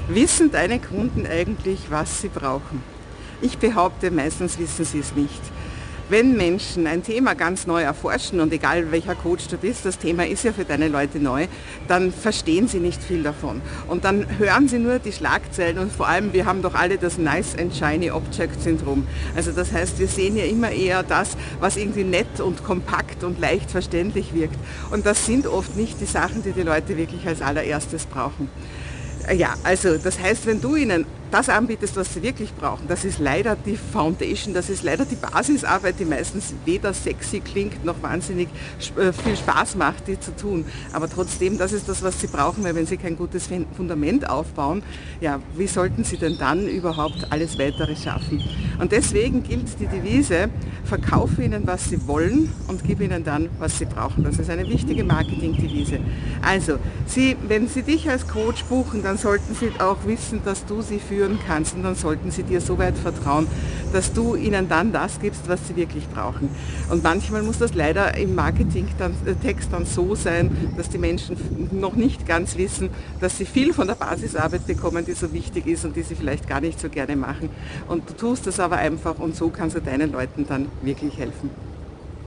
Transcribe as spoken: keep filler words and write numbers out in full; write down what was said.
Wissen deine Kunden eigentlich, was sie brauchen? Ich behaupte, meistens wissen sie es nicht. Wenn Menschen ein Thema ganz neu erforschen, und egal welcher Coach du bist, das Thema ist ja für deine Leute neu, dann verstehen sie nicht viel davon. Und dann hören sie nur die Schlagzeilen und vor allem, wir haben doch alle das Nice and Shiny Object Syndrom. Also das heißt, wir sehen ja immer eher das, was irgendwie nett und kompakt und leicht verständlich wirkt. Und das sind oft nicht die Sachen, die die Leute wirklich als allererstes brauchen. Ja, also das heißt, wenn du ihnen das anbietest, was sie wirklich brauchen, das ist leider die Foundation, das ist leider die Basisarbeit, die meistens weder sexy klingt noch wahnsinnig viel Spaß macht, die zu tun. Aber trotzdem, das ist das, was sie brauchen, weil wenn sie kein gutes Fundament aufbauen, ja, wie sollten sie denn dann überhaupt alles Weitere schaffen? Und deswegen gilt die Devise, verkaufe ihnen, was sie wollen und gib ihnen dann, was sie brauchen. Das ist eine wichtige Marketing-Devise. Also, sie, wenn sie dich als Coach buchen, dann sollten sie auch wissen, dass du sie führen kannst und dann sollten sie dir so weit vertrauen, dass du ihnen dann das gibst, was sie wirklich brauchen. Und manchmal muss das leider im Marketing-Text dann so sein, dass die Menschen noch nicht ganz wissen, dass sie viel von der Basisarbeit bekommen, die so wichtig ist und die sie vielleicht gar nicht so gerne machen. Und du tust das aber einfach und so kannst du deinen Leuten dann wirklich helfen.